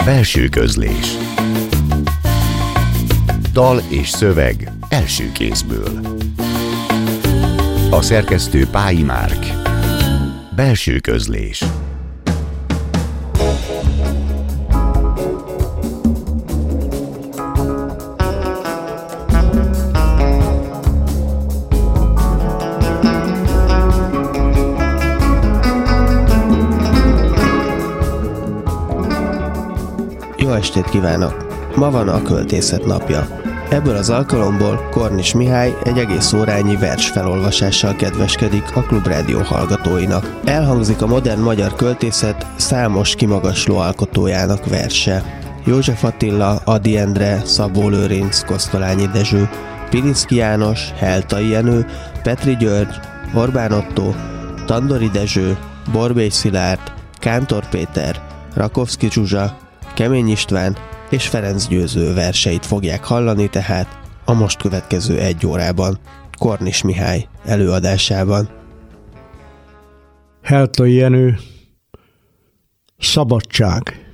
Belső közlés. Dal és szöveg első kézből. A szerkesztő Pályi Márk. Belső közlés. Jó estét kívánok! Ma van a költészet napja. Ebből az alkalomból Kornis Mihály egy egész órányi vers felolvasással kedveskedik a Klubrádió hallgatóinak. Elhangzik a modern magyar költészet számos kimagasló alkotójának verse. József Attila, Ady Endre, Szabó Lőrinc, Kosztolányi Dezső, Pilinszky János, Heltai Jenő, Petri György, Orbán Ottó, Tandori Dezső, Borbély Szilárd, Kántor Péter, Rakovszky Zsuzsa, Kemény István és Ferenc Győző verseit fogják hallani tehát a most következő egy órában, Kornis Mihály előadásában. Heltai Jenő, szabadság.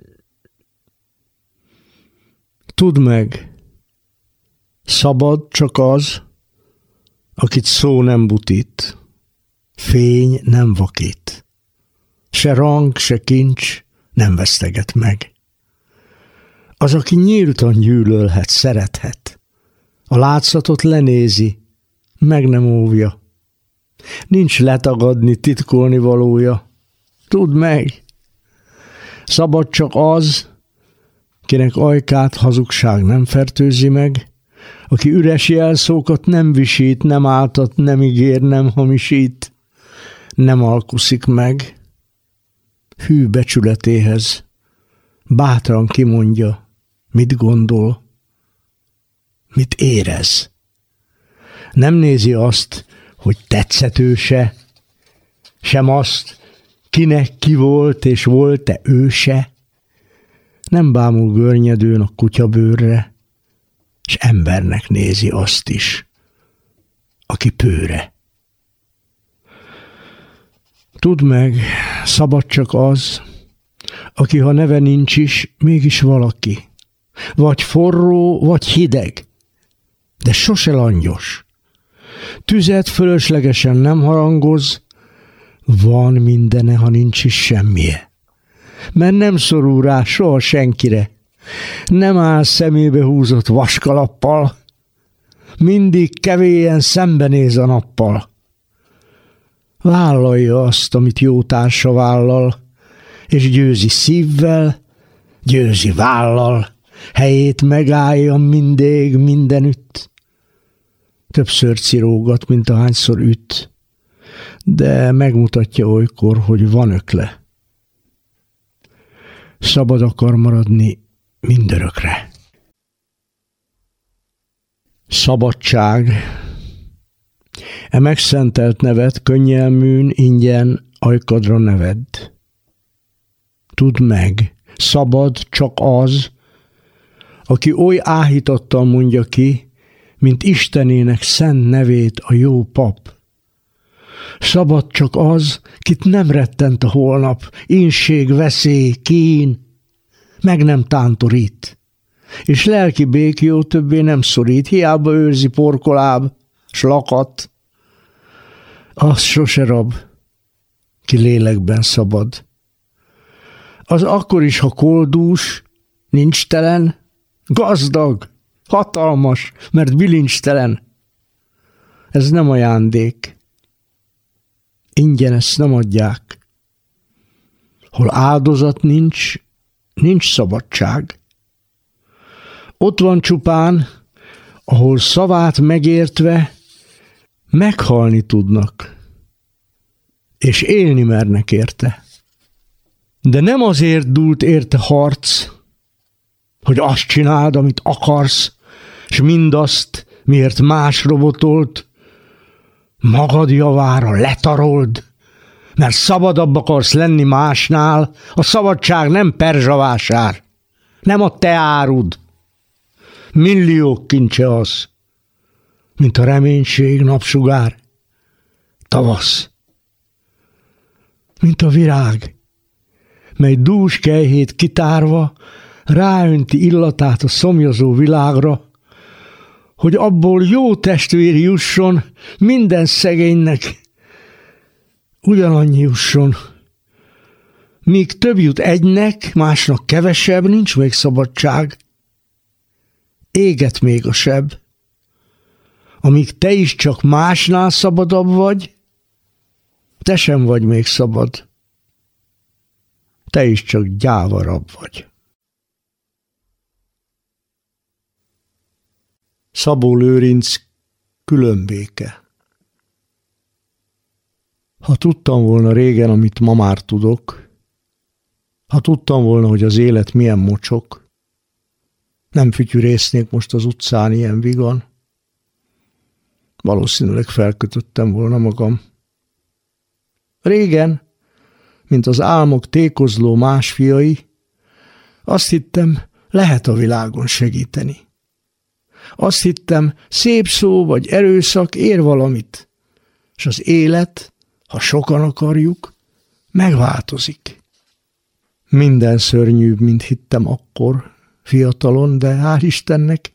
Tudd meg, szabad csak az, akit szó nem butít, fény nem vakít, se rang, se kincs nem veszteget meg. Az, aki nyíltan gyűlölhet, szerethet, a látszatot lenézi, meg nem óvja. Nincs letagadni, titkolni valója. Tudd meg, szabad csak az, kinek ajkát hazugság nem fertőzi meg, aki üres jelszókat nem visít, nem áltat, nem ígér, nem hamisít, nem alkuszik meg. Hű becsületéhez bátran kimondja, mit gondol, mit érez. Nem nézi azt, hogy tetszetőse, sem azt, kinek ki volt és volt-e őse. Nem bámul görnyedőn a kutyabőrre, s embernek nézi azt is, aki pőre. Tudd meg, szabad csak az, aki ha neve nincs is, mégis valaki. Vagy forró, vagy hideg, de sose langyos. Tüzet fölöslegesen nem harangoz, van mindene, ha nincs is semmije. Mert nem szorul rá soha senkire, nem áll szemébe húzott vaskalappal, mindig kevélyen szembenéz a nappal. Vállalja azt, amit jó társa vállal, és győzi szívvel, győzi vállal, helyét megállja mindig, mindenütt. Többször cirógat, mint ahányszor üt, de megmutatja olykor, hogy van ökle. Szabad akar maradni mindörökre. Szabadság. E megszentelt nevet könnyelműn, ingyen ajkadra nevedd. Tudd meg, szabad csak az, aki oly áhítottan mondja ki, mint Istenének szent nevét a jó pap. Szabad csak az, kit nem rettent a holnap, ínség, veszély, kín, meg nem tántorít, és lelki békjó többé nem szorít, hiába őrzi porkoláb, s lakat. Az sose rab, ki lélekben szabad. Az akkor is, ha koldús, nincs telen, gazdag, hatalmas, mert bilincstelen. Ez nem ajándék. Ingyen ezt nem adják. Hol áldozat nincs, nincs szabadság. Ott van csupán, ahol szavát megértve meghalni tudnak, és élni mernek érte. De nem azért dúlt érte harc, hogy azt csináld, amit akarsz, és mindazt, miért más robotolt, magad javára letarold, mert szabadabb akarsz lenni másnál, a szabadság nem perzsavásár, nem a te árud. Milliók kincse az, mint a reménység napsugár, tavasz, mint a virág, mely dús kejhét kitárva ráönti illatát a szomjazó világra, hogy abból jó testvér jusson, minden szegénynek ugyanannyi jusson. Míg több jut egynek, másnak kevesebb, nincs még szabadság. Éget még a seb. Amíg te is csak másnál szabadabb vagy, te sem vagy még szabad. Te is csak gyávarabb vagy. Szabó Lőrinc, Különbéke. Ha tudtam volna régen, amit ma már tudok, ha tudtam volna, hogy az élet milyen mocsok, nem fütyürésznék most az utcán ilyen vigan. Valószínűleg felkötöttem volna magam. Régen, mint az álmok tékozló más fiai, azt hittem, lehet a világon segíteni. Azt hittem, szép szó vagy erőszak ér valamit, és az élet, ha sokan akarjuk, megváltozik. Minden szörnyűbb, mint hittem akkor, fiatalon, de hál' Istennek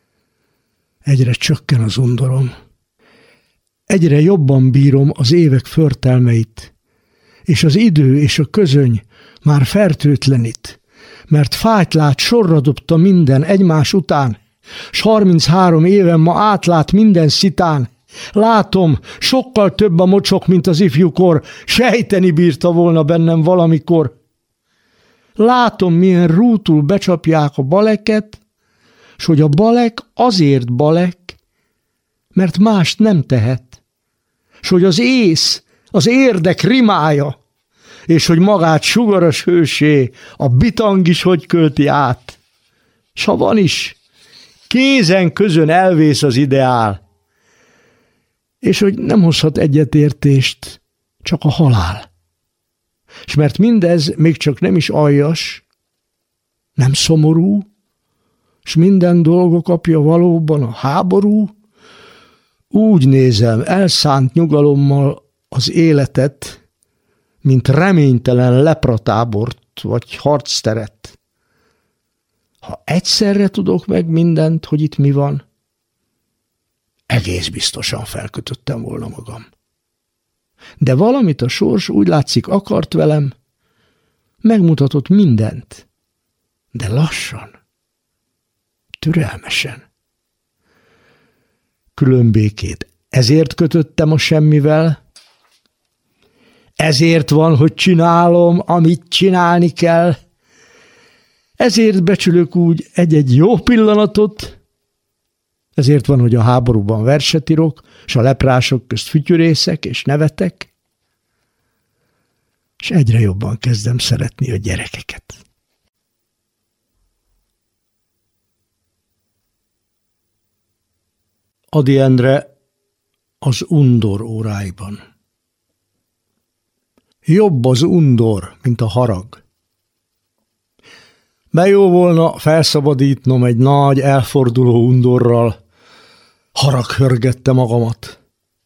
egyre csökken az undorom. Egyre jobban bírom az évek förtelmeit, és az idő és a közöny már fertőtlenít, mert fájt lát, sorra dobta minden egymás után, s 33 éven ma átlát minden szitán. Látom, sokkal több a mocsok, mint az ifjúkor, sejteni bírta volna bennem valamikor. Látom, milyen rútul becsapják a baleket, s hogy a balek azért balek, mert mást nem tehet, s hogy az ész, az érdek rimája, és hogy magát sugaras hősé a bitang is hogy költi át. S ha van is, kézen közön elvész az ideál, és hogy nem hozhat egyetértést, csak a halál. És mert mindez még csak nem is aljas, nem szomorú, s minden dolgok apja valóban a háború, úgy nézem elszánt nyugalommal az életet, mint reménytelen lepratábort vagy harcteret. Ha egyszerre tudok meg mindent, hogy itt mi van, egész biztosan felkötöttem volna magam. De valamit a sors úgy látszik akart velem, megmutatott mindent, de lassan, türelmesen. Különbékét ezért kötöttem a semmivel, ezért van, hogy csinálom, amit csinálni kell, ezért becsülök úgy egy-egy jó pillanatot, ezért van, hogy a háborúban verset írok, s a leprások közt fütyürészek és nevetek, és egyre jobban kezdem szeretni a gyerekeket. Ady Endre az undor óráiban. Jobb az undor, mint a harag. De jó volna felszabadítnom egy nagy, elforduló undorral, harag hörgette magamat.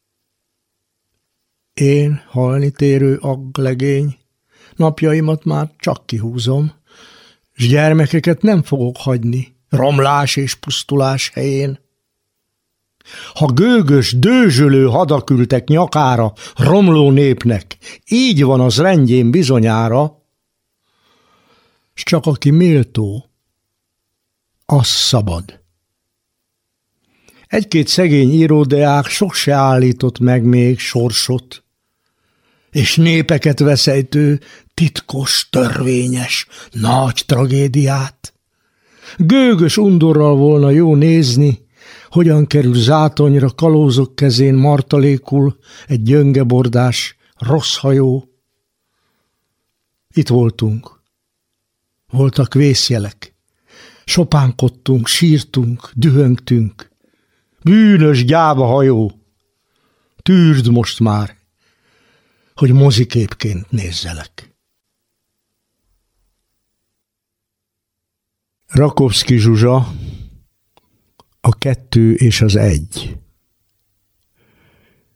Én, halni térő agglegény, napjaimat már csak kihúzom, s gyermekeket nem fogok hagyni romlás és pusztulás helyén. Ha gőgös, dőzsölő hadak ültek nyakára romló népnek, így van az rendjén bizonyára, s csak aki méltó, az szabad. Egy-két szegény íródeák sok se állított meg még sorsot, és népeket veszejtő, titkos, törvényes, nagy tragédiát. Gőgös undorral volna jó nézni, hogyan kerül zátonyra kalózok kezén martalékul egy gyöngebordás, rossz hajó. Itt voltunk. Voltak vészjelek. Sopánkodtunk, sírtunk, dühöngtünk. Bűnös gyáva hajó. Tűrd most már, hogy moziképként nézzelek. Rakovszky Zsuzsa, A 2 és az 1.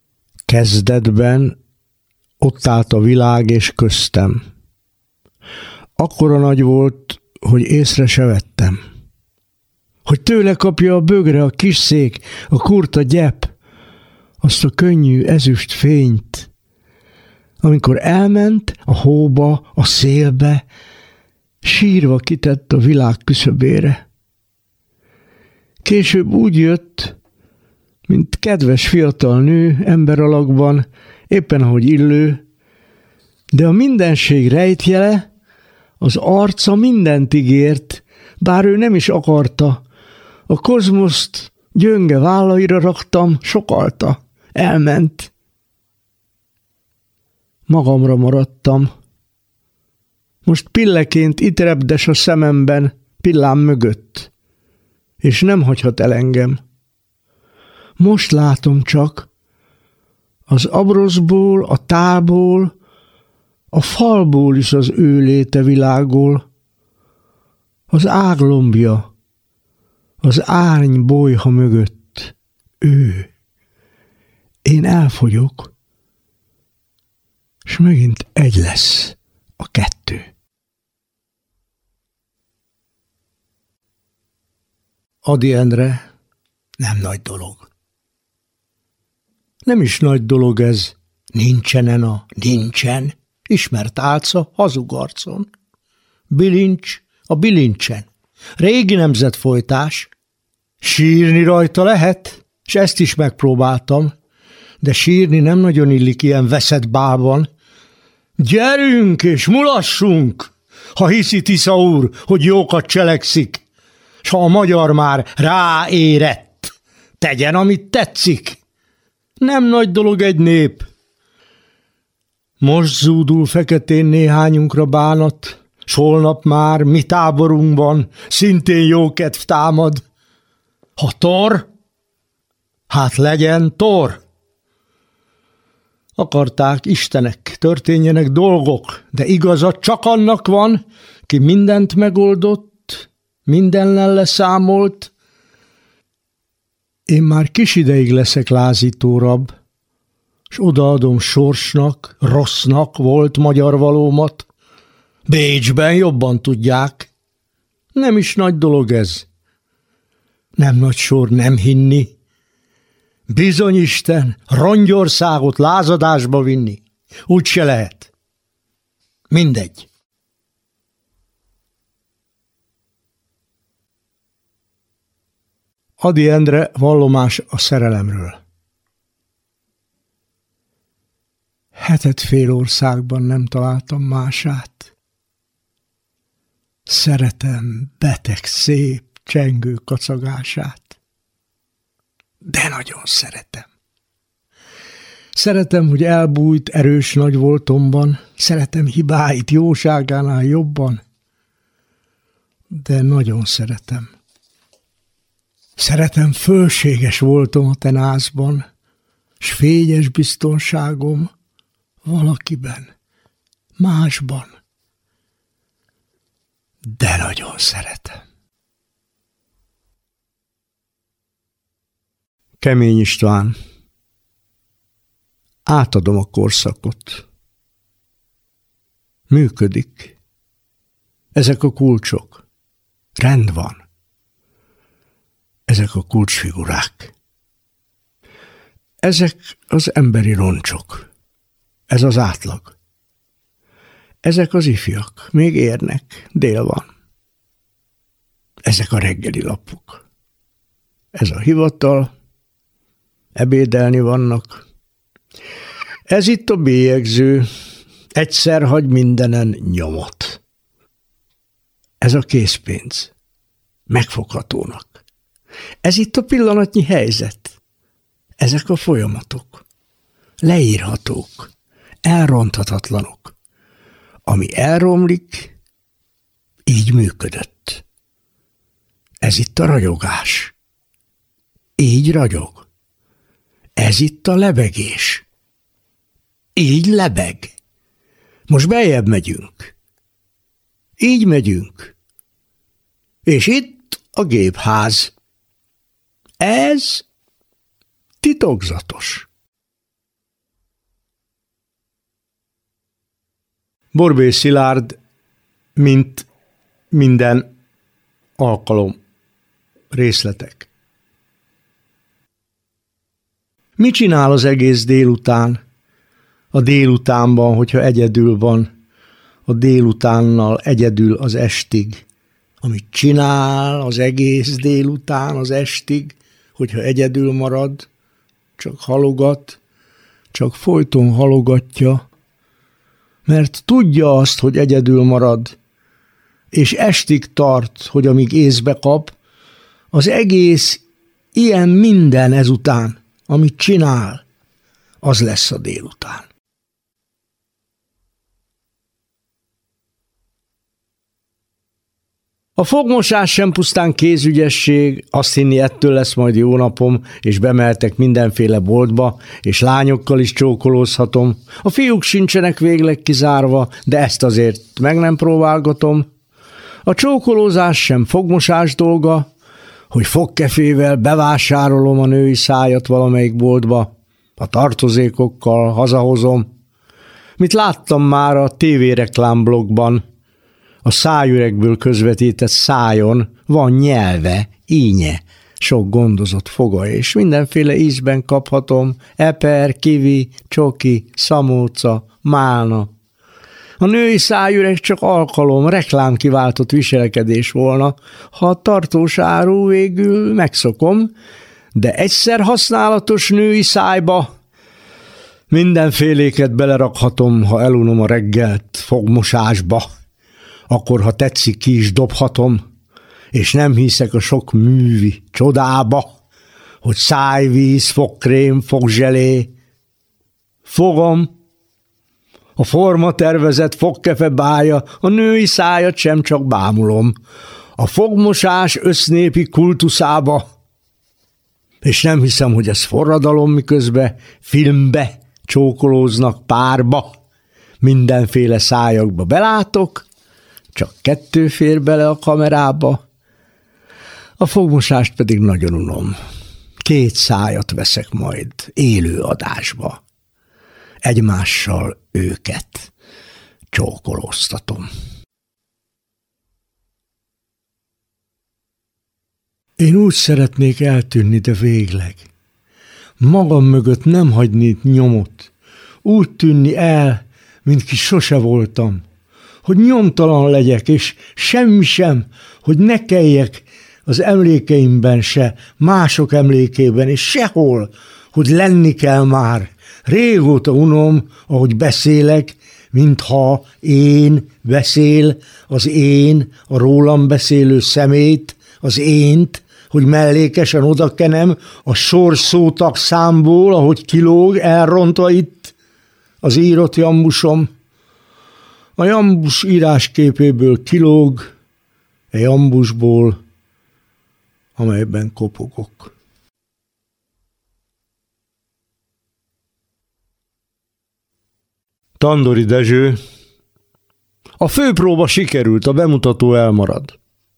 Kezdetben ott állt a világ és köztem. Akkora nagy volt, hogy észre se vettem. Hogy tőle kapja a bögre, a kis szék, a kurta gyep, azt a könnyű ezüst fényt, amikor elment a hóba, a szélbe, sírva kitett a világ küszöbére. Később úgy jött, mint kedves fiatal nő ember alakban, éppen ahogy illő, de a mindenség rejtjele, az arca mindent ígért, bár ő nem is akarta. A kozmoszt gyönge vállaira raktam, sokalta, elment. Magamra maradtam. Most pilleként itt repdes a szememben, pillám mögött, és nem hagyhat el engem. Most látom csak, az abroszból, a tából, a falból is az ő léte világol, az áglombja, az árny bolyha mögött ő. Én elfogyok, és megint egy lesz a kettő. Ady Endre nem nagy dolog. Nem is nagy dolog ez, nincsenen a nincsen, ismert álca hazugarcon. Bilincs a bilincsen, régi nemzetfolytás. Sírni rajta lehet, és ezt is megpróbáltam, de sírni nem nagyon illik ilyen veszett bálban. Gyerünk és mulassunk, ha hiszi Tisza úr, hogy jókat cselekszik, s ha a magyar már ráérett, tegyen, amit tetszik. Nem nagy dolog egy nép. Most zúdul feketén néhányunkra bánat, s holnap már mi táborunkban szintén jó kedv támad. Ha tor, hát legyen tor. Akarták istenek, történjenek dolgok, de igazat csak annak van, ki mindent megoldott, mindennel leszámolt. Én már kis ideig leszek lázítórab, s odaadom sorsnak, rossznak volt magyar valómat. Bécsben jobban tudják. Nem is nagy dolog ez. Nem nagy sor nem hinni. Bizony Isten, Rongyországot lázadásba vinni. Úgy se lehet. Mindegy. Ady Endre vallomás a szerelemről. 7,5 országban nem találtam mását. Szeretem beteg, szép, csengő kacagását. De nagyon szeretem. Szeretem, hogy elbújt erős nagy voltomban, szeretem hibáit jóságánál jobban, de nagyon szeretem. Szeretem fölséges voltom a tenázban, s fényes biztonságom valakiben, másban, de nagyon szeretem. Kemény István. Átadom a korszakot. Működik. Ezek a kulcsok. Rend van. Ezek a kulcsfigurák. Ezek az emberi roncsok. Ez az átlag. Ezek az ifjak. Még érnek. Dél van. Ezek a reggeli lapok. Ez a hivatal. Ebédelni vannak. Ez itt a bélyegző. Egyszer hagy mindenen nyomot. Ez a készpénz. Megfoghatónak. Ez itt a pillanatnyi helyzet. Ezek a folyamatok. Leírhatók. Elronthatatlanok. Ami elromlik, így működött. Ez itt a ragyogás. Így ragyog. Ez itt a lebegés. Így lebeg. Most beljebb megyünk. Így megyünk. És itt a gépház. Ez titokzatos. Borbély Szilárd mint minden alkalom. Részletek. Mit csinál az egész délután? A délutánban, hogyha egyedül van, a délutánnal egyedül az estig. Amit csinál az egész délután az estig, hogyha egyedül marad, csak halogat, csak folyton halogatja, mert tudja azt, hogy egyedül marad, és estig tart, hogy amíg észbe kap, az egész ilyen minden ezután, amit csinál, az lesz a délután. A fogmosás sem pusztán kézügyesség, azt hinni ettől lesz majd jó napom, és bemeltek mindenféle boltba, és lányokkal is csókolózhatom. A fiúk sincsenek végleg kizárva, de ezt azért meg nem próbálgatom. A csókolózás sem fogmosás dolga, hogy fogkefével bevásárolom a női szájat valamelyik boltba, a tartozékokkal hazahozom. Mit láttam már a tévéreklámblogban, a szájüregből közvetített szájon van nyelve, ínye, sok gondozott foga, és mindenféle ízben kaphatom, eper, kivi, csoki, szamóca, málna. A női szájüreg csak alkalom, reklámkiváltott viselkedés volna, ha a tartós áru végül megszokom, de egyszer használatos női szájba mindenféléket belerakhatom, ha elunom a reggelt fogmosásba. Akkor, ha tetszik, ki is dobhatom, és nem hiszek a sok művi csodába, hogy szájvíz, fogkrém, fogzselé. Fogom, a formatervezett fogkefe bája, a női szájat sem csak bámulom, a fogmosás össznépi kultuszába. És nem hiszem, hogy ez forradalom, miközben filmbe csókolóznak párba, mindenféle szájakba belátok, csak 2 fér bele a kamerába. A fogmosást pedig nagyon unom. 2 szájat veszek majd élő adásba. Egymással őket csókolóztatom. Én úgy szeretnék eltűnni, de végleg. Magam mögött nem hagyni nyomot. Úgy tűnni el, mint ki sose voltam. Hogy nyomtalan legyek, és semmi sem, hogy ne kelljek az emlékeimben se, mások emlékében, és sehol, hogy lenni kell már. Régóta unom, ahogy beszélek, mintha én beszél, az én, a rólam beszélő szemét, az ént, hogy mellékesen odakenem a sorszótag számból, ahogy kilóg, elrontva itt az írott jambusom. A jambus írásképéből kilóg, a jambusból, amelyben kopogok. Tandori Dezső. A főpróba sikerült, a bemutató elmarad.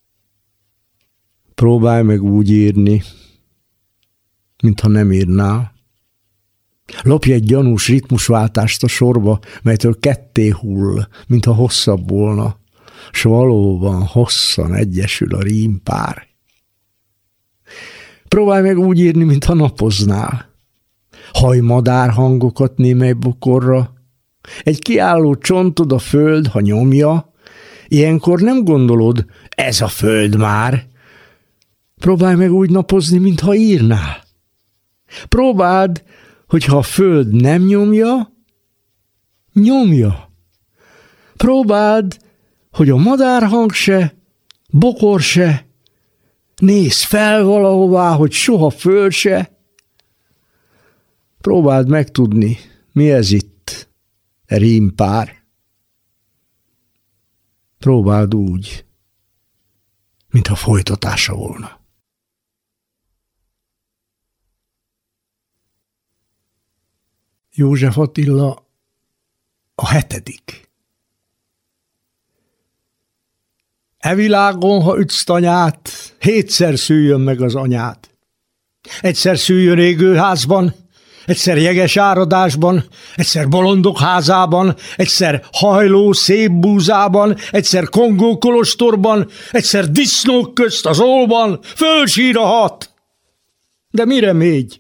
Próbálj meg úgy írni, mintha nem írnál. Lopj egy gyanús ritmusváltást a sorba, melytől ketté hull, mintha hosszabb volna, s valóban hosszan egyesül a rímpár. Próbálj meg úgy írni, mintha napoznál. Haj madárhangokat némely bokorra, egy kiálló csontod a föld, ha nyomja, ilyenkor nem gondolod, ez a föld már. Próbálj meg úgy napozni, mintha írnál. Próbáld, hogyha a föld nem nyomja, nyomja. Próbáld, hogy a madárhang se, bokor se, nézz fel valahová, hogy soha föld se. Próbáld megtudni, mi ez itt, rímpár. Próbáld úgy, mintha folytatása volna. József Attila a 7. E világon, ha ütsz tanyát, 7-szer szüljön meg az anyát. Egyszer szüljön égőházban, egyszer jeges áradásban, egyszer bolondok házában, egyszer hajló szép búzában, egyszer Kongó kolostorban, egyszer disznók közt az olban, fölsír a 6. De mire mégy?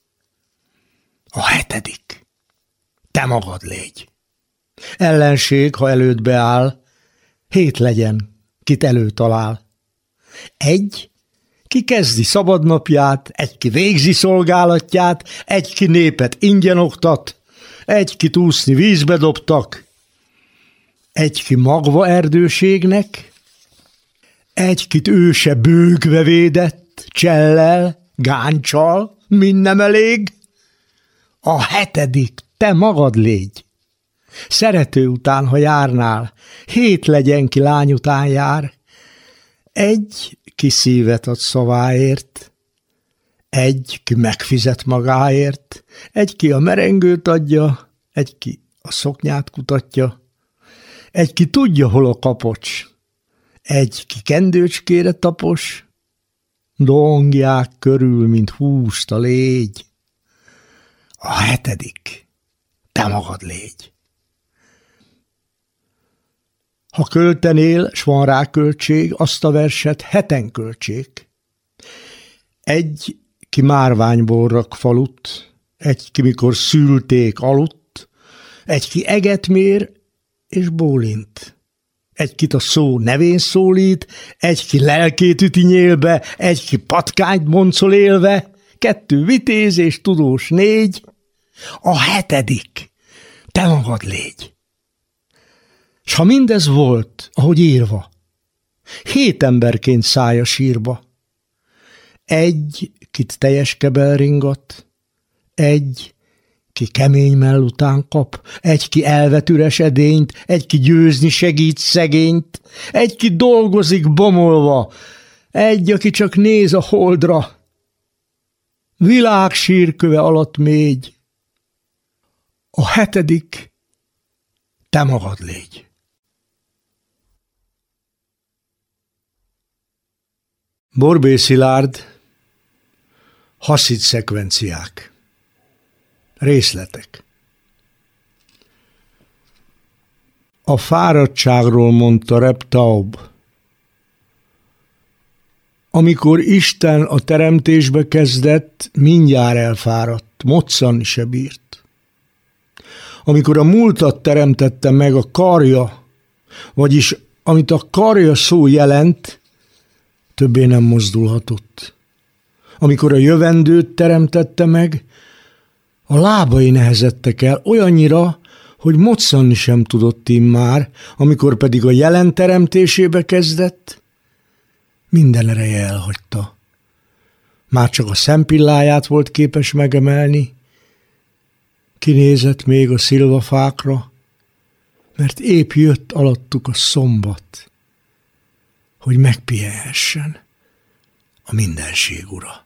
A 7. Te magad légy. Ellenség, ha elődbe áll, 7 legyen, kit előtalál. 1, ki kezdi szabadnapját, 1, ki végzi szolgálatját, 1, ki népet ingyen oktat, 1, kit úszni vízbe dobtak, 1, ki magva erdőségnek, 1, kit őse bőgve védett, csellel, gáncsal, mind nem elég. A 7, te magad légy. Szerető után, ha járnál, 7 legyen, ki lány után jár. 1, ki szívet ad szaváért, 1, ki megfizet magáért, 1, ki a merengőt adja, 1, ki a szoknyát kutatja, 1, ki tudja, hol a kapocs, 1, ki kendőcskére tapos, dongják körül, mint húst a légy. A 7, te magad légy. Ha költenél, s van rá költség, azt a verset 7 költsék. 1, ki márványból rak falut, 1, ki mikor szülték aludt, 1, ki eget mér és bólint, 1, kit a szó nevén szólít, 1, ki lelkét üti nyélbe, 1, ki patkányt boncol élve, 2 vitéz és tudós 4, a 7, te magad légy. S ha mindez volt, ahogy írva, 7 emberként száll a sírba. 1, kit teljes kebel ringat, 1, ki kemény mell után kap, 1, ki elvet üres edényt, 1, ki győzni segít szegényt, 1, ki dolgozik bomolva, 1, aki csak néz a holdra. Világ sírköve alatt mégy. A 7, te magad légy. Borbély Szilárd, haszid szekvenciák. Részletek. A fáradtságról mondta Reb Taub. Amikor Isten a teremtésbe kezdett, mindjárt elfáradt, moccanni se bírt. Amikor a múltat teremtette meg a karja, vagyis amit a karja szó jelent, többé nem mozdulhatott. Amikor a jövendőt teremtette meg, a lábai nehezettek el olyannyira, hogy moccanni sem tudott immár, amikor pedig a jelen teremtésébe kezdett, minden ereje elhagyta. Már csak a szempilláját volt képes megemelni, kinézett még a szilvafákra, mert épp jött alattuk a szombat, hogy megpihenhessen a mindenség ura.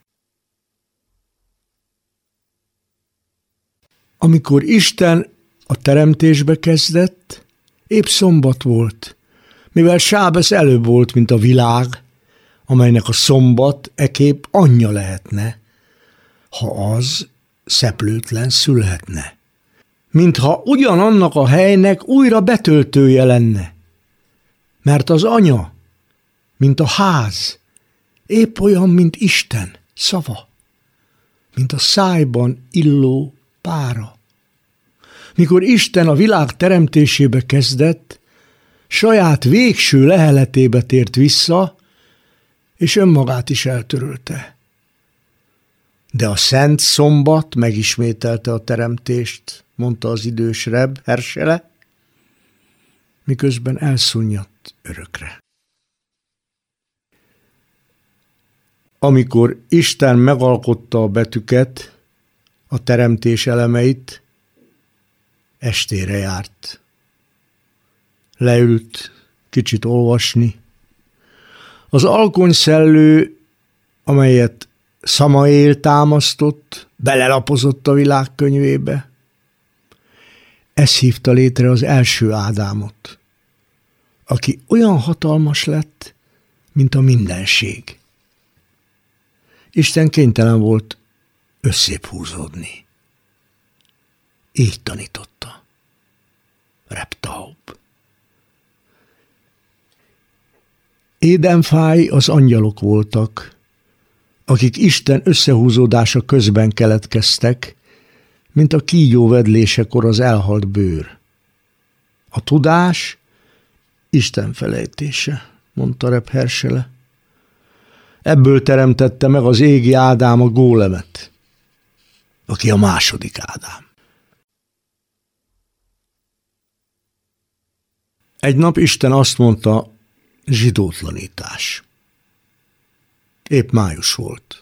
Amikor Isten a teremtésbe kezdett, épp szombat volt, mivel Sábesz előbb volt, mint a világ, amelynek a szombat ekképp anyja lehetne, ha az szeplőtlen szülhetne. Mintha ugyanannak a helynek újra betöltője lenne, mert az anya, mint a ház, épp olyan, mint Isten szava, mint a szájban illó pára. Mikor Isten a világ teremtésébe kezdett, saját végső leheletébe tért vissza, és önmagát is eltörölte. De a szent szombat megismételte a teremtést, mondta az idős Reb Hersele, miközben elszunyadt örökre. Amikor Isten megalkotta a betűket, a teremtés elemeit, estére járt. Leült kicsit olvasni. Az alkonyszellő, amelyet Szamaél támasztott, belelapozott a világ könyvébe. Ez hívta létre az első Ádámot, aki olyan hatalmas lett, mint a mindenség. Isten kénytelen volt összébb húzódni. így tanította. Reptaub. Édenfáj az angyalok voltak, akik Isten összehúzódása közben keletkeztek, mint a kígyó vedlésekor az elhalt bőr. A tudás Isten felejtése, mondta Reb Hersele. Ebből teremtette meg az égi Ádám a gólemet, aki a második Ádám. Egy nap Isten azt mondta, zsidótlanítás. Épp május volt.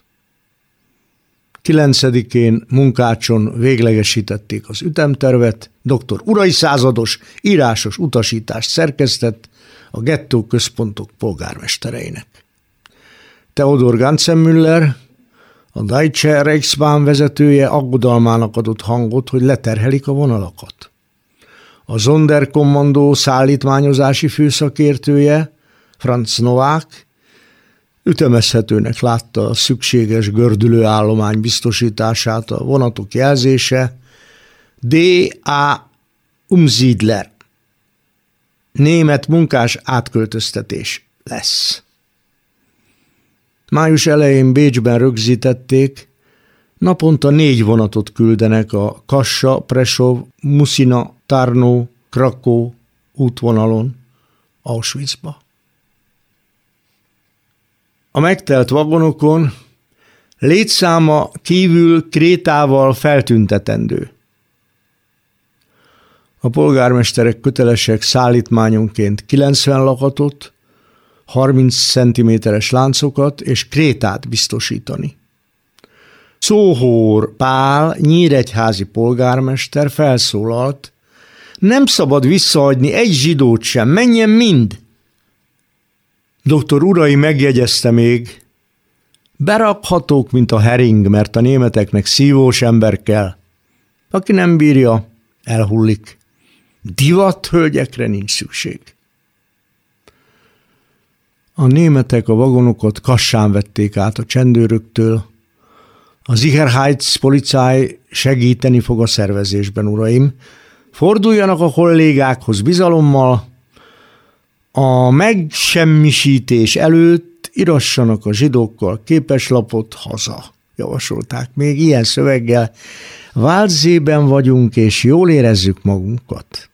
9-én Munkácson véglegesítették az ütemtervet, dr. Urai százados írásos utasítást szerkesztett a gettó központok polgármestereinek. Theodor Ganzenmüller, a Deutsche Reichsbahn vezetője aggodalmának adott hangot, hogy leterhelik a vonalakat. A Sonderkommando szállítmányozási főszakértője, Franz Novák, ütemezhetőnek látta a szükséges gördülőállomány biztosítását, a vonatok jelzése D.A. Umsiedler, német munkás átköltöztetés lesz. Május elején Bécsben rögzítették, naponta 4 vonatot küldenek a Kassa, Presov, Muszina, Tarnó, Krakó útvonalon Auschwitzba. A megtelt vagonokon létszáma kívül krétával feltüntetendő. A polgármesterek kötelesek szállítmányonként 90 lakatot, 30 cm-es láncokat és krétát biztosítani. Szóhor Pál nyíregyházi polgármester felszólalt, nem szabad visszahagyni egy zsidót sem, menjen mind. Dr. Urai megjegyezte még, berakhatók, mint a hering, mert a németeknek szívós ember kell. Aki nem bírja, elhullik. Divathölgyekre nincs szükség. A németek a vagonokat Kassán vették át a csendőröktől. A Sicherheitspolizei segíteni fog a szervezésben, uraim. Forduljanak a kollégákhoz bizalommal, a megsemmisítés előtt írassanak a zsidókkal képeslapot haza, javasolták még ilyen szöveggel. Waldsében vagyunk, és jól érezzük magunkat.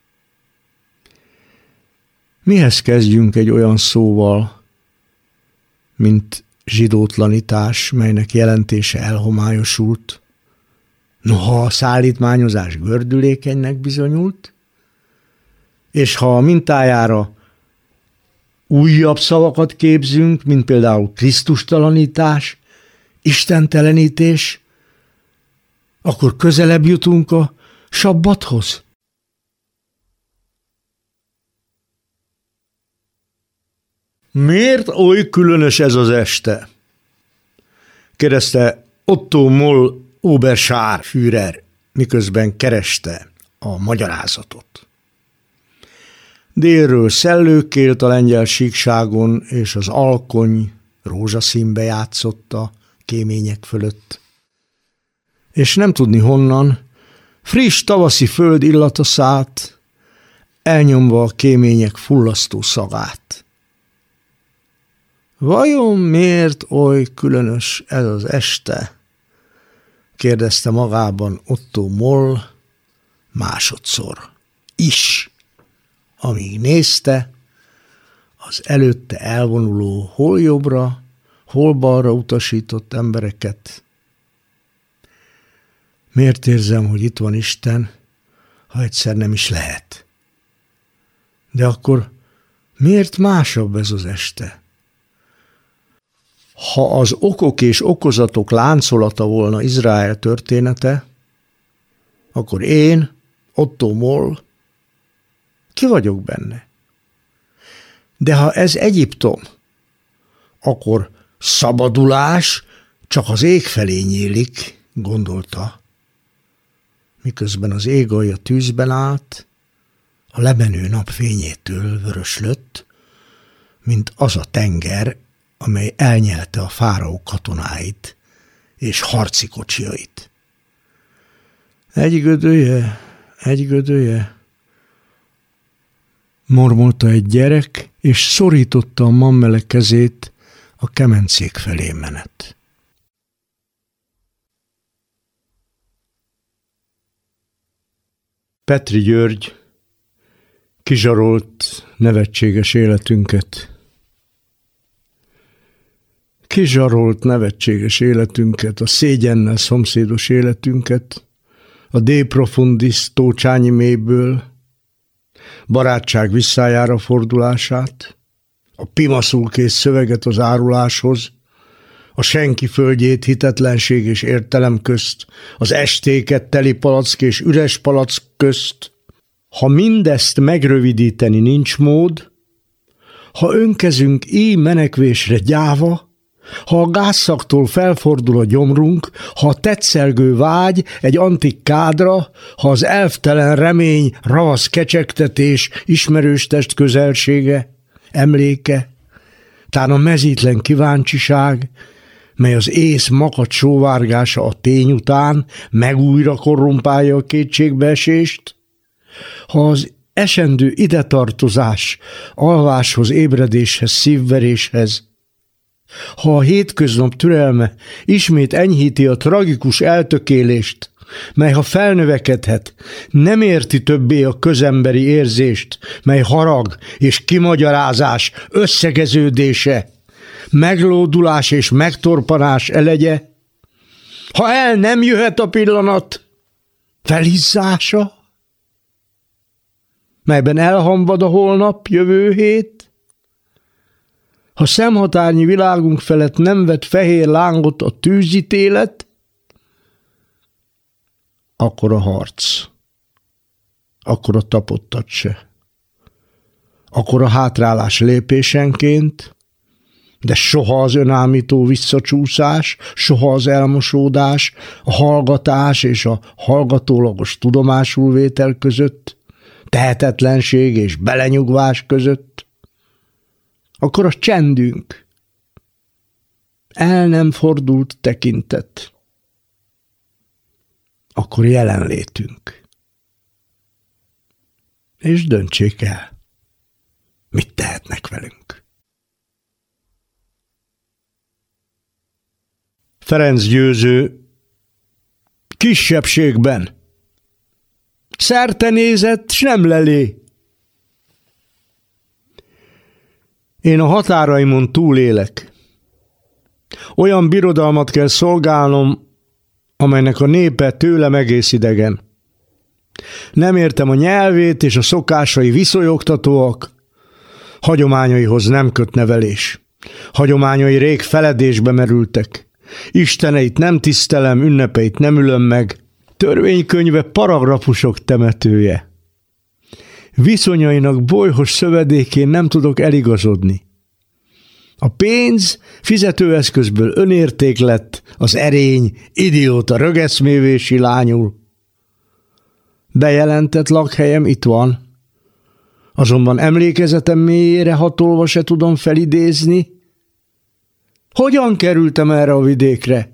Mihez kezdjünk egy olyan szóval, mint zsidótlanítás, melynek jelentése elhomályosult? Noha a szállítmányozás gördülékenynek bizonyult, és ha a mintájára újabb szavakat képzünk, mint például krisztustalanítás, istentelenítés, akkor közelebb jutunk a sabbathoz. Miért oly különös ez az este? Kérdezte Otto Moll Oberscharführer, miközben kereste a magyarázatot. Délről szellők élt a lengyel síkságon, és az alkony rózsaszínbe játszott a kémények fölött. És nem tudni honnan, friss tavaszi föld illata szállt, elnyomva a kémények fullasztó szagát. Vajon miért oly különös ez az este? Kérdezte magában Otto Moll másodszor is, amíg nézte az előtte elvonuló hol jobbra, hol balra utasított embereket. Miért érzem, hogy itt van Isten, ha egyszer nem is lehet? De akkor miért másabb ez az este? Ha az okok és okozatok láncolata volna Izrael története, akkor én, Otto Moll, ki vagyok benne? De ha ez Egyiptom, akkor szabadulás csak az ég felé nyílik, gondolta, miközben az égalja tűzben állt, a lemenő nap fényétől vöröslött, mint az a tenger, amely elnyelte a fáraó katonáit és harci kocsijait. Egy gödöje, mormolta egy gyerek, és szorította a mammele kezét a kemencék felé menet. Petri György kizsarolt nevetséges életünket. Kizsarolt nevetséges életünket, a szégyennel szomszédos életünket, a De Profundis Tócsányi mélyből, barátság visszájára fordulását, a pimaszulkész szöveget az áruláshoz, a senki földjét hitetlenség és értelem közt, az estéket teli palack és üres palack közt. Ha mindezt megrövidíteni nincs mód, ha önkezünk éj menekvésre gyáva, ha a gázszaktól felfordul a gyomrunk, ha a tetszelgő vágy egy antik kádra, ha az elvtelen remény, ravasz kecsegtetés, ismerős test közelsége, emléke, tán a mezítlen kíváncsiság, mely az ész makacs sóvárgása a tény után megújra korrumpálja a kétségbeesést, ha az esendő idetartozás alváshoz, ébredéshez, szívveréshez, ha a hétköznap türelme ismét enyhíti a tragikus eltökélést, mely ha felnövekedhet, nem érti többé a közemberi érzést, mely harag és kimagyarázás összegeződése, meglódulás és megtorpanás elegye, ha el nem jöhet a pillanat felizzása, melyben elhamvad a holnap, jövő hét, ha szemhatárnyi világunk felett nem vet fehér lángot a tűzítélet, akkor a harc, akkor a tapottat se, akkor a hátrálás lépésenként, de soha az önállító visszacsúszás, soha az elmosódás, a hallgatás és a hallgatólagos tudomásulvétel között, tehetetlenség és belenyugvás között, akkor a csendünk, el nem fordult tekintet, akkor jelenlétünk. És döntsék el, mit tehetnek velünk. Ferenc Győző kisebbségben szerte nézett, s nem lelé. Én a határaimon túlélek. Olyan birodalmat kell szolgálnom, amelynek a népe tőlem egész idegen. Nem értem a nyelvét, és a szokásai viszonyogtatóak, hagyományaihoz nem köt nevelés. Hagyományai rég feledésbe merültek. Isteneit nem tisztelem, ünnepeit nem ülöm meg. Törvénykönyve paragrafusok temetője. Viszonyainak bolyhos szövedékén nem tudok eligazodni. A pénz fizetőeszközből önérték lett, az erény idióta rögeszmévé silányul. Bejelentett lakhelyem itt van, azonban emlékezetem mélyére hatolva se tudom felidézni. Hogyan kerültem erre a vidékre?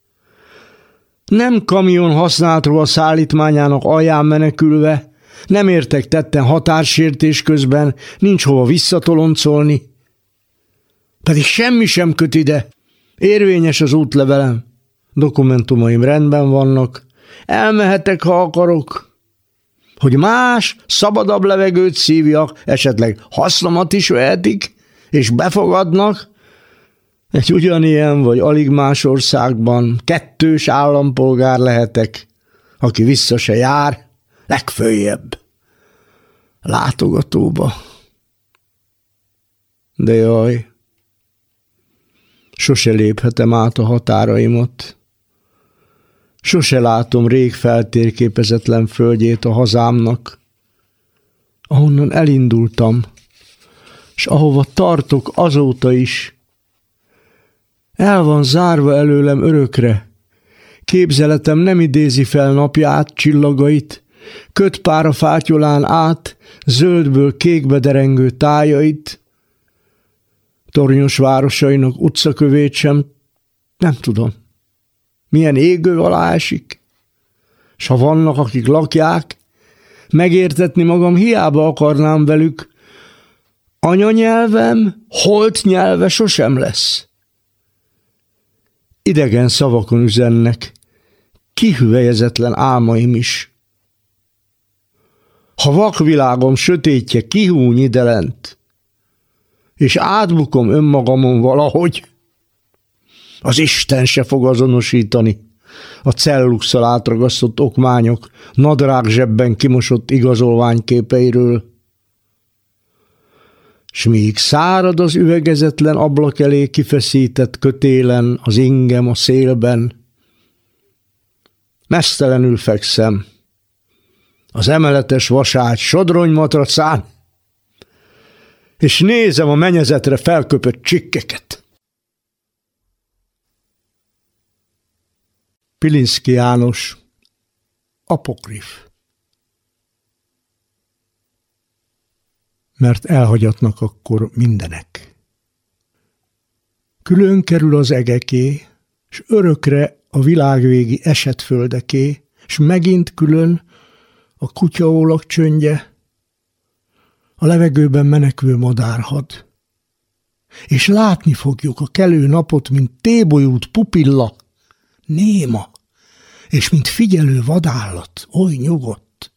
Nem kamion használatra a szállítmányának alján menekülve, nem értek tetten határsértés közben, nincs hova visszatoloncolni. Pedig semmi sem köt ide. Érvényes az útlevelem. Dokumentumaim rendben vannak. Elmehetek, ha akarok. Hogy más, szabadabb levegőt szívjak, esetleg hasznomat is vehetik, és befogadnak. Egy ugyanilyen vagy alig más országban 2 állampolgár lehetek, aki vissza se jár, legföljebb látogatóba. De jaj, sose léphetem át a határaimat. Sose látom rég feltérképezetlen földjét a hazámnak, ahonnan elindultam, s ahova tartok azóta is. El van zárva előlem örökre. Képzeletem nem idézi fel napját, csillagait, kötpára fátyolán át, zöldből kékbe derengő tájait, tornyos városainak utcakövét sem, nem tudom. Milyen égő alá esik, S ha vannak, akik lakják, megértetni magam hiába akarnám velük, anyanyelvem holt nyelve sosem lesz. Idegen szavakon üzennek, kihüvelyezetlen álmaim is. Ha vakvilágom sötétje kihúny idelent, és átbukom önmagamon valahogy, az Isten se fog azonosítani a celluxal átragasztott okmányok nadrág zsebben kimosott igazolványképeiről. S míg szárad az üvegezetlen ablak elé kifeszített kötélen az ingem a szélben, meztelenül fekszem az emeletes vaságy sodronymatracán, és nézem a mennyezetre felköpött csikkeket. Pilinszky János, apokrif. Mert elhagyatnak akkor mindenek. Külön kerül az egeké, s örökre a világvégi esetföldeké, s megint külön a kutyaólak csöndje, a levegőben menekvő madárhad. És látni fogjuk a kelő napot, mint tébolyult pupilla, néma, és mint figyelő vadállat, oly nyugodt.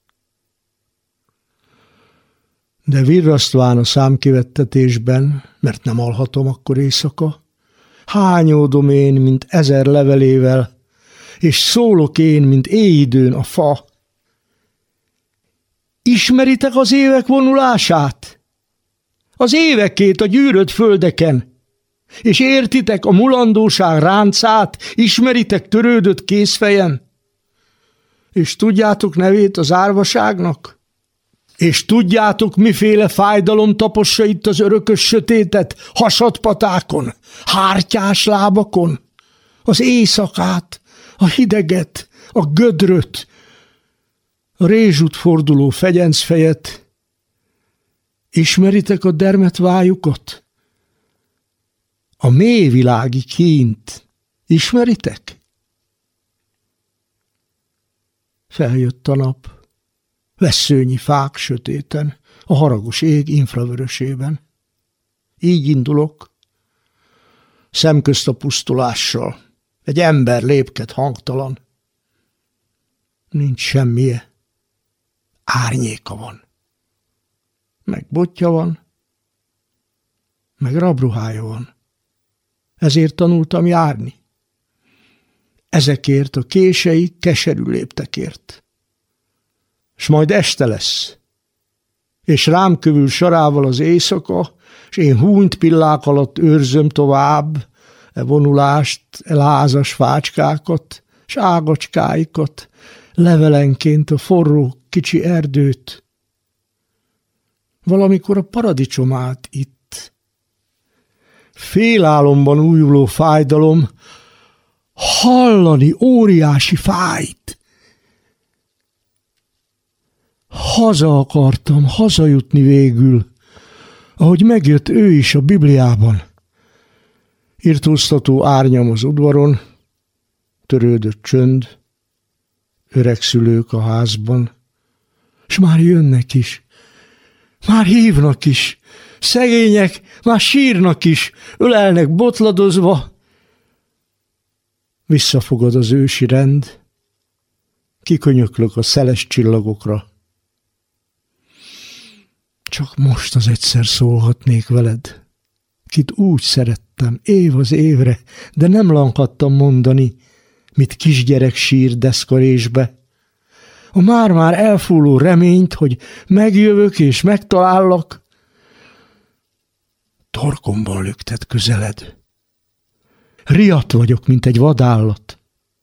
De virrasztván a számkivettetésben, mert nem alhatom akkor éjszaka, hányódom én, mint 1000 levelével, és szólok én, mint éjidőn a fa. Ismeritek az évek vonulását? Az évekét a gyűrött földeken, és értitek a mulandóság ráncát, ismeritek törődött kézfejem? És tudjátok nevét az árvaságnak? És tudjátok, miféle fájdalom tapossa itt az örökös sötétet, hasadpatákon, hártyás lábakon, az éjszakát, a hideget, a gödröt, a rézsút forduló fegyencfejet? Ismeritek a dermetvájukat? A mélyvilági kínt ismeritek? Feljött a nap, vesszőnyi fák sötéten, a haragos ég infravörösében. Így indulok, szemközt a pusztulással, egy ember lépked hangtalan. Nincs semmije, árnyéka van, meg botja van, meg rabruhája van. Ezért tanultam járni. Ezekért a kései, keserű léptekért. S majd este lesz, és rám kövül sarával az éjszaka, s én húnyt pillák alatt őrzöm tovább e vonulást, e lázas fácskákat, s ágacskáikat, levelenként a forró kicsi erdőt. Valamikor a paradicsom állt itt. Félálomban újuló fájdalom, hallani óriási fájt. Haza akartam, hazajutni végül, ahogy megjött ő is a Bibliában. Irtóztató árnyam az udvaron, törődött csönd, öreg szülők a házban, s már jönnek is, már hívnak is, szegények már sírnak is, ölelnek botladozva. Visszafogad az ősi rend, kikönyöklök a szeles csillagokra. Csak most az egyszer szólhatnék veled, kit úgy szerettem év az évre, de nem lankadtam mondani, mit kisgyerek sír deszkarésbe. A már-már elfúló reményt, hogy megjövök és megtalállak, torkomban löktet közeled. Riadt vagyok, mint egy vadállat.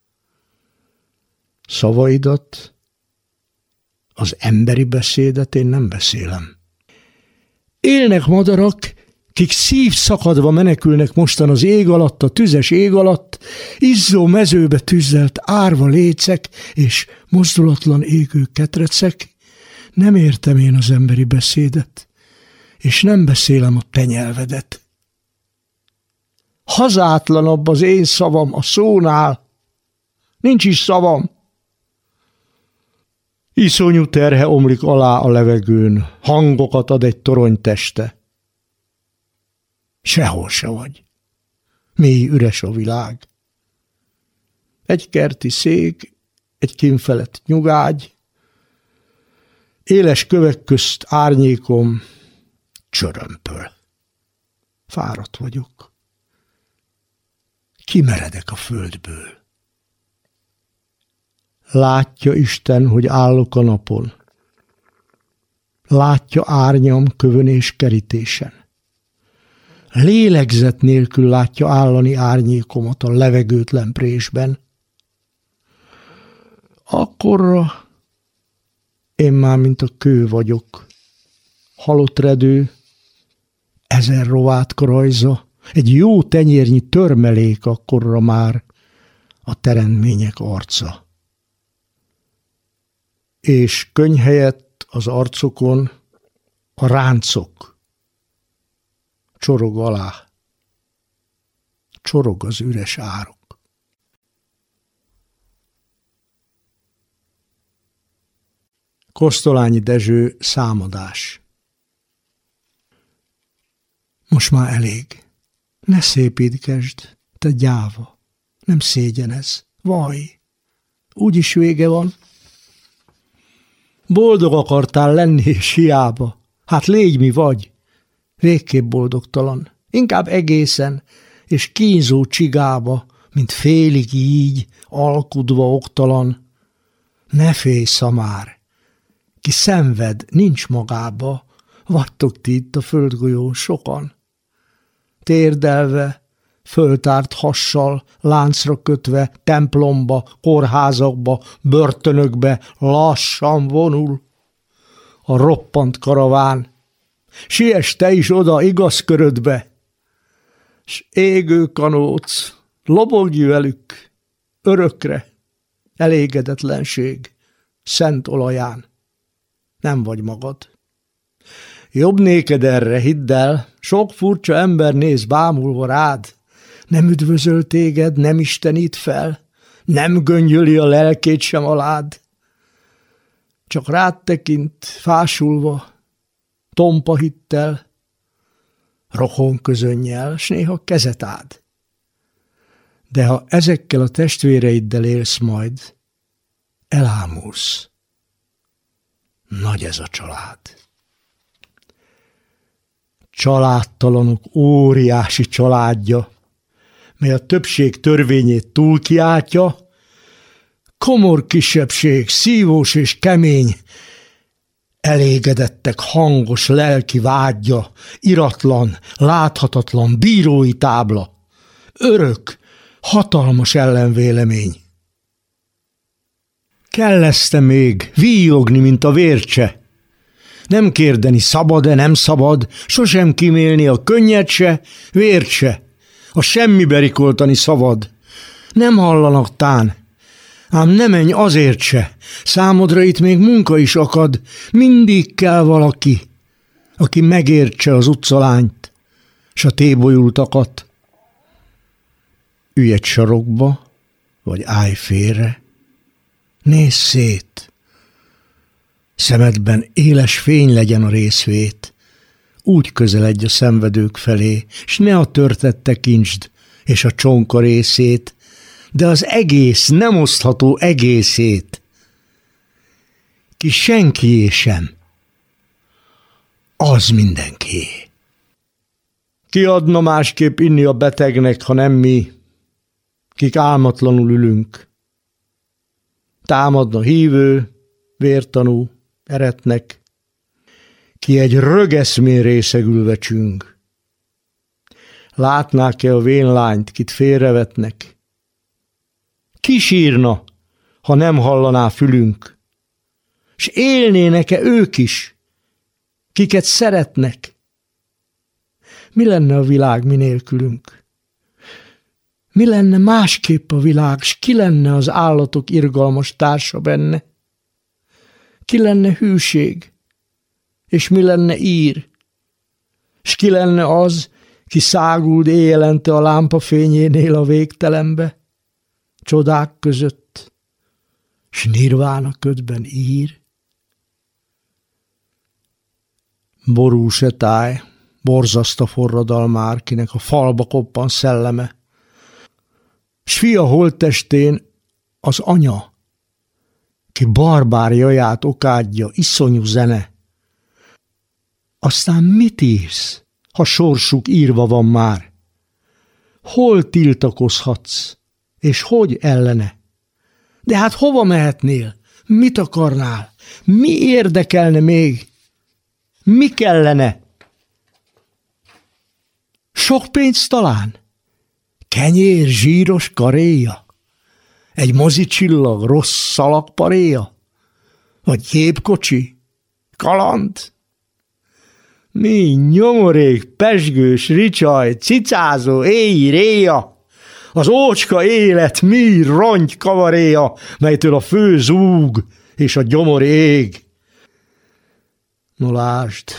Szavaidat, az emberi beszédet én nem beszélem. Élnek madarak, kik szívszakadva menekülnek mostan az ég alatt, a tüzes ég alatt, izzó mezőbe tüzzelt árva lécek és mozdulatlan égő ketrecek. Nem értem én az emberi beszédet, és nem beszélem a te nyelvedet. Hazátlanabb az én szavam a szónál. Nincs is szavam. Iszonyú terhe omlik alá a levegőn, hangokat ad egy torony teste. Sehol se vagy. Mély üres a világ. Egy kerti szék, egy kínfelett nyugágy, éles kövek közt árnyékom csörömpöl. Fáradt vagyok. Kimeredek a földből. Látja Isten, hogy állok a napon. Látja árnyam kövön és kerítésen. Lélegzet nélkül látja állani árnyékomat a levegőtlen présben. Akkorra én már mint a kő vagyok. Halott redő, 1000 rovátka rajza, egy jó tenyérnyi törmelék akkorra már a teremtmények arca. És könny helyett az arcokon a ráncok csorog alá, csorog az üres árok. Kosztolányi Dezső számadás. Most már elég. Ne szépítgesd, te gyáva. Nem szégyenez. Vaj, úgyis vége van. Boldog akartál lenni, és hiába. Hát légy mi vagy. Végképp boldogtalan. Inkább egészen, és kínzó csigába, mint félig így, alkudva oktalan. Ne félj, szamár. Ki szenved, nincs magába. Vagytok ti itt a földgolyón sokan. Térdelve, föltárt hassal, láncra kötve, templomba, kórházakba, börtönökbe lassan vonul a roppant karaván. Siess te is oda igaz körödbe, s égő kanóc, lobogj velük örökre, elégedetlenség szent olaján. Nem vagy magad. Jobb néked erre, hidd el, sok furcsa ember néz bámulva rád, nem üdvözöl téged, nem istenít fel, nem göngyöli a lelkét sem alád. Csak rád tekint, fásulva, tompa hittel, rokon közönnyel, s néha kezet ád. De ha ezekkel a testvéreiddel élsz majd, elámulsz. Nagy ez a család. Családtalanok óriási családja, mely a többség törvényét túlkiáltja, komor kisebbség, szívós és kemény, elégedettek hangos lelki vágya, iratlan, láthatatlan bírói tábla, örök, hatalmas ellenvélemény. Kell ezt még víjogni, mint a vércse, nem kérdeni szabad-e, nem szabad, sosem kimélni a könnyet se, vért se, a semmibe rikoltani szavad. Nem hallanak tán, ám ne menj azért se, számodra itt még munka is akad, mindig kell valaki, aki megértse az utcalányt, s a tébolyultakat. Ülj egy sarokba, vagy állj félre, nézz szét, szemedben éles fény legyen a részvét, úgy közeledj a szenvedők felé, s ne a törtet tekintsd, és a csonka részét, de az egész, nem osztható egészét. Ki senkié sem, az mindenkié. Ki adna másképp inni a betegnek, ha nem mi, kik álmatlanul ülünk? Támadna hívő, vértanú, eretnek, ki egy rögeszmén részegülve csüng. Látnák-e a vénlányt, kit félrevetnek? Ki sírna, ha nem hallaná fülünk? S élnének-e ők is, kiket szeretnek? Mi lenne a világ mi nélkülünk? Mi lenne másképp a világ, s ki lenne az állatok irgalmas társa benne? Ki lenne hűség, és mi lenne ír? S ki lenne az, ki száguld éjjelente a lámpa fényénél a végtelenbe, csodák között, s nirvána ködben ír? Ború se táj, borzaszt a forradalmár, kinek a falba koppan szelleme. S fia holttestén az anya, ki barbár jaját okádja, iszonyú zene. Aztán mit írsz, ha sorsuk írva van már? Hol tiltakozhatsz, és hogy ellene? De hát hova mehetnél? Mit akarnál? Mi érdekelne még? Mi kellene? Sok pénz talán? Kenyér zsíros karéja? Egy mozicsillag rossz szalagparéja? Vagy gépkocsi? Kaland? Mi nyomorék, pezsgős, ricsaj, cicázó, éj, réja? Az ócska élet mi rongy kavaréja, melytől a fő zúg és a gyomor ég? No lásd,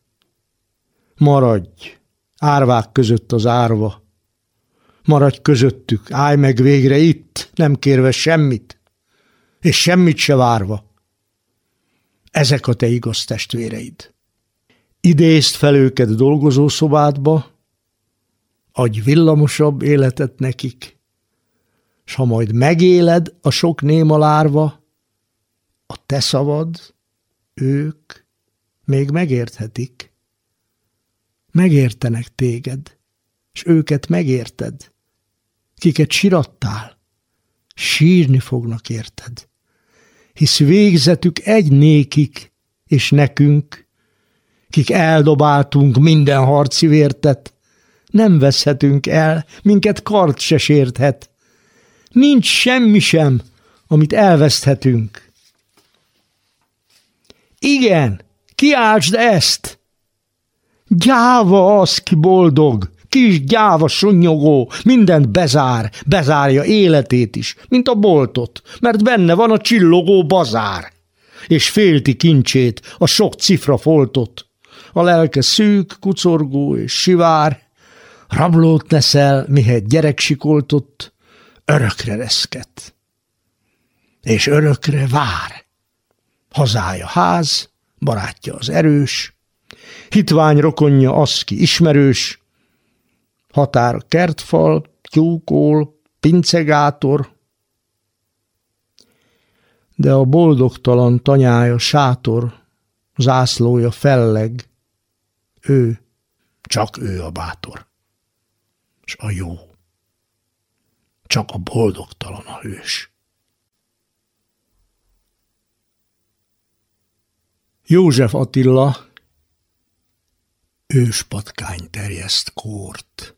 maradj, árvák között az árva. Maradj közöttük, állj meg végre itt, nem kérve semmit, és semmit se várva. Ezek a te igaz testvéreid. Idézd fel őket dolgozószobádba, adj villamosabb életet nekik, s ha majd megéled a sok néma lárva, a te szavad, ők még megérthetik. Megértenek téged, s őket megérted. Kiket sirattál, sírni fognak érted. Hisz végzetük egy nékik, és nekünk, kik eldobáltunk minden harci vértet, nem veszhetünk el, minket kard se sérthet. Nincs semmi sem, amit elveszthetünk. Igen, kiáltsd ezt! Gyáva az, ki boldog, kis gyáva sunnyogó, mindent bezárja életét is, mint a boltot, mert benne van a csillogó bazár, és félti kincsét, a sok cifra foltot. A lelke szűk, kucorgó és sivár, rablót neszel, mihet gyerek sikoltott, örökre reszket, és örökre vár. Hazája ház, barátja az erős, hitvány rokonja az, ki ismerős, határ kertfal, tyúkol, pincegátor, de a boldogtalan tanyája sátor, zászlója felleg, ő, csak ő a bátor, s a jó, csak a boldogtalan a hős. József Attila őspatkány terjeszt kórt.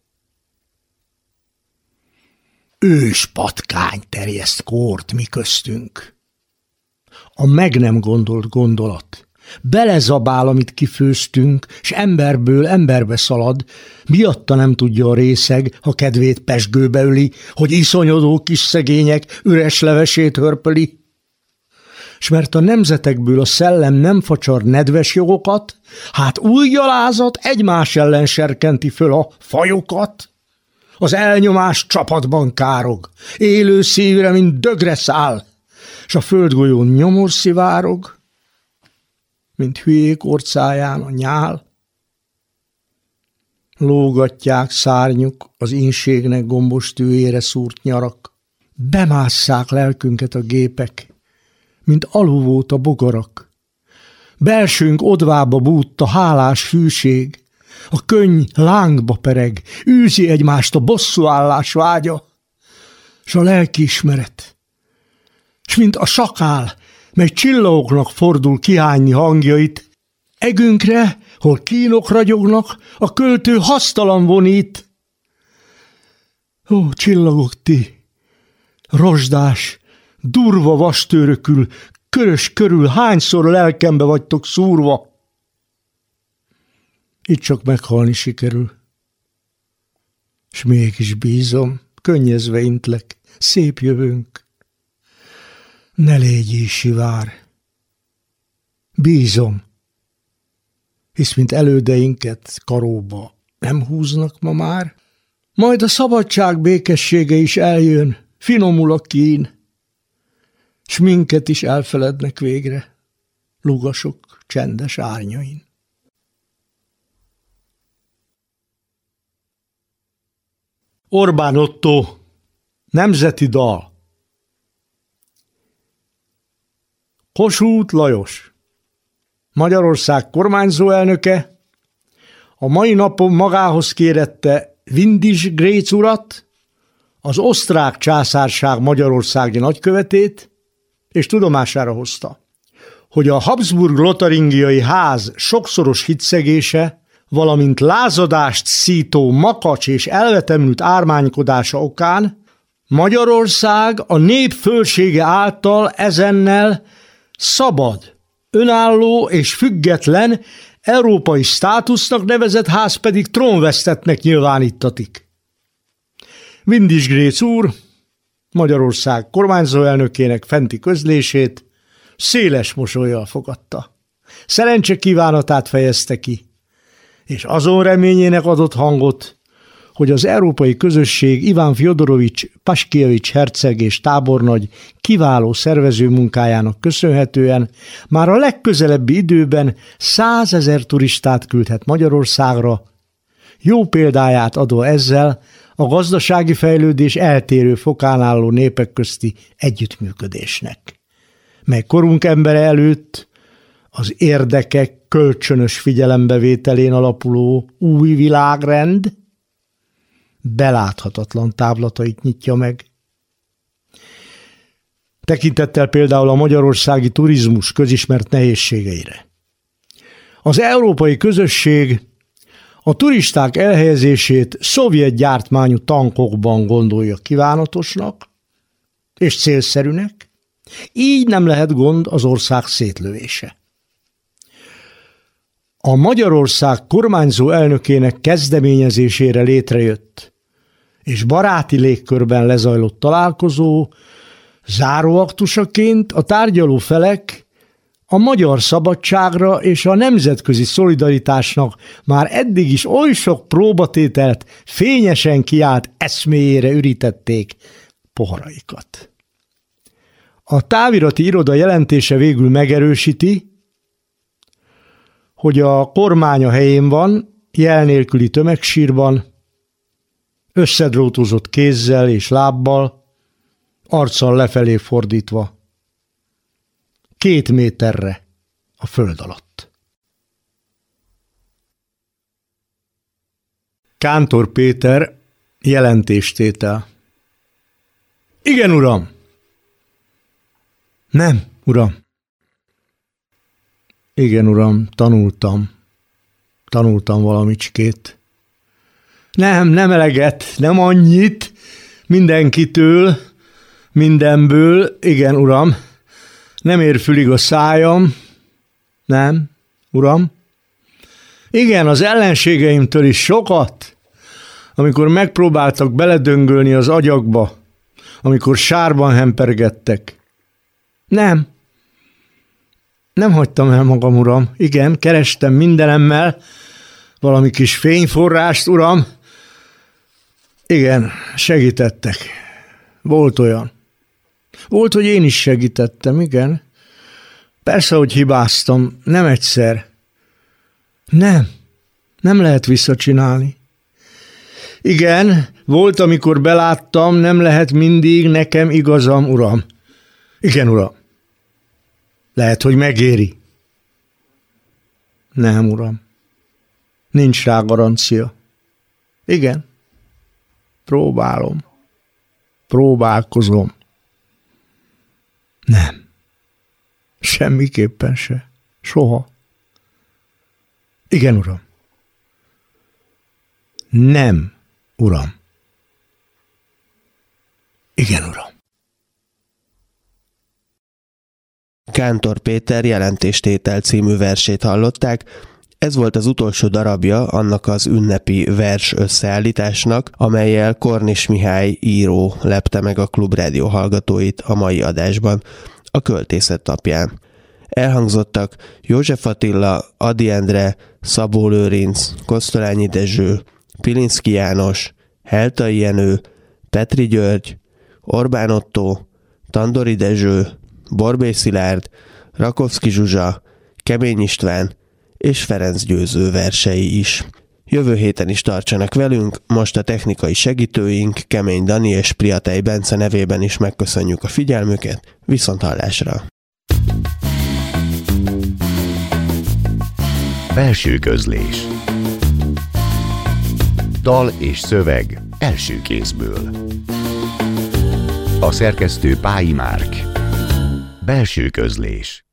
Őspatkány terjeszt kórt mi köztünk. A meg nem gondolt gondolat belezabál, amit kifőztünk, s emberből emberbe szalad, miatta nem tudja a részeg, ha kedvét pezsgőbe öli, hogy iszonyodó kis szegények üres levesét hörpöli. S mert a nemzetekből a szellem nem facsar nedves jogokat, hát új gyalázat egymás ellen serkenti föl a fajokat. Az elnyomás csapatban károg, élő szívre, mint dögre száll, s a földgolyón nyomor szivárog, mint hülyék orcáján a nyál. Lógatják szárnyuk az ínségnek gombos tűjére szúrt nyarak, bemásszák lelkünket a gépek, mint aluvót a bogarak. Belsőnk odvába bújt a hálás fűség, a könny lángba pereg, űzi egymást a bosszúállás vágya, s a lelkiismeret, s mint a sakál, mely csillagoknak fordul kihányni hangjait, egünkre, hol kínok ragyognak, a költő hasztalan vonít. Ó, csillagok ti, rozsdás, durva vastőrökül, körös körül hányszor lelkembe vagytok szúrva. Itt csak meghalni sikerül. S mégis bízom, könnyezve intlek, szép jövőnk. Ne légy így sivár. Bízom, hisz mint elődeinket karóba nem húznak ma már. Majd a szabadság békessége is eljön, finomul a kín, s minket is elfelednek végre, lugasok csendes árnyain. Orbán Ottó, nemzeti dal. Kossuth Lajos, Magyarország kormányzó elnöke, a mai napon magához kérette Windisch Grécz urat, az osztrák császárság magyarországi nagykövetét, és tudomására hozta, hogy a Habsburg-Lotaringiai ház sokszoros hitszegése, valamint lázadást szító makacs és elvetemült ármánykodása okán Magyarország a nép fölsége által ezennel szabad, önálló és független európai státusznak nevezett ház pedig trónvesztettnek nyilvánítatik. Windisch Grécz úr Magyarország kormányzó elnökének fenti közlését széles mosollyal fogadta. Szerencse kívánatát fejezte ki, és azon reményének adott hangot, hogy az európai közösség Iván Fjodorovics Paskievich herceg és tábornagy kiváló szervező munkájának köszönhetően már a legközelebbi időben 100 000 turistát küldhet Magyarországra, jó példáját adva ezzel a gazdasági fejlődés eltérő fokán álló népek közti együttműködésnek, mely korunk embere előtt az érdekek kölcsönös figyelembevételén alapuló új világrend beláthatatlan távlatait nyitja meg. Tekintettel például a magyarországi turizmus közismert nehézségeire. Az európai közösség a turisták elhelyezését szovjet gyártmányú tankokban gondolja kívánatosnak és célszerűnek, így nem lehet gond az ország szétlövése. A Magyarország kormányzó elnökének kezdeményezésére létrejött és baráti légkörben lezajlott találkozó záróaktusaként a tárgyaló felek a magyar szabadságra és a nemzetközi szolidaritásnak már eddig is oly sok próbatételt fényesen kiállt eszméjére ürítették poharaikat. A távirati iroda jelentése végül megerősíti, hogy a kormány a helyén van, jel nélküli tömegsírban, összedrótozott kézzel és lábbal, arccal lefelé fordítva, 2 méterre a föld alatt. Kántor Péter, jelentéstétel. Igen, uram! Nem, uram. Igen, uram, tanultam valamicskét. Nem eleget, nem annyit, mindenkitől, mindenből, igen, uram, nem ér fülig a szájam, nem, uram. Igen, az ellenségeimtől is sokat, amikor megpróbáltak beledöngölni az agyakba, amikor sárban hempergettek. Nem hagytam el magam, uram. Igen, kerestem mindenemmel valami kis fényforrást, uram. Igen, segítettek. Volt olyan. Volt, hogy én is segítettem, igen. Persze, hogy hibáztam, nem egyszer. Nem lehet visszacsinálni. Igen, volt, amikor beláttam, nem lehet mindig nekem igazam, uram. Igen, uram. Lehet, hogy megéri. Nem, uram. Nincs rá garancia. Igen. Próbálkozom. Nem. Semmiképpen se. Soha. Igen, uram. Nem, uram. Igen, uram. Kántor Péter jelentéstétel című versét hallották. Ez volt az utolsó darabja annak az ünnepi vers összeállításnak, amellyel Kornis Mihály író lepte meg a Klubrádió hallgatóit a mai adásban, a Költészet napján. Elhangzottak József Attila, Ady Endre, Szabó Lőrinc, Kosztolányi Dezső, Pilinszky János, Heltai Jenő, Petri György, Orbán Ottó, Tandori Dezső, Borbély Szilárd, Rakovszky Zsuzsa, Kemény István és Ferenc Győző versei is. Jövő héten is tartsanak velünk, most a technikai segítőink Kemény Dani és Priatej Bence nevében is megköszönjük a figyelmüket, viszonthallásra! Belső közlés. Dal és szöveg első kézből. A szerkesztő Pályi Márk. Belső közlés.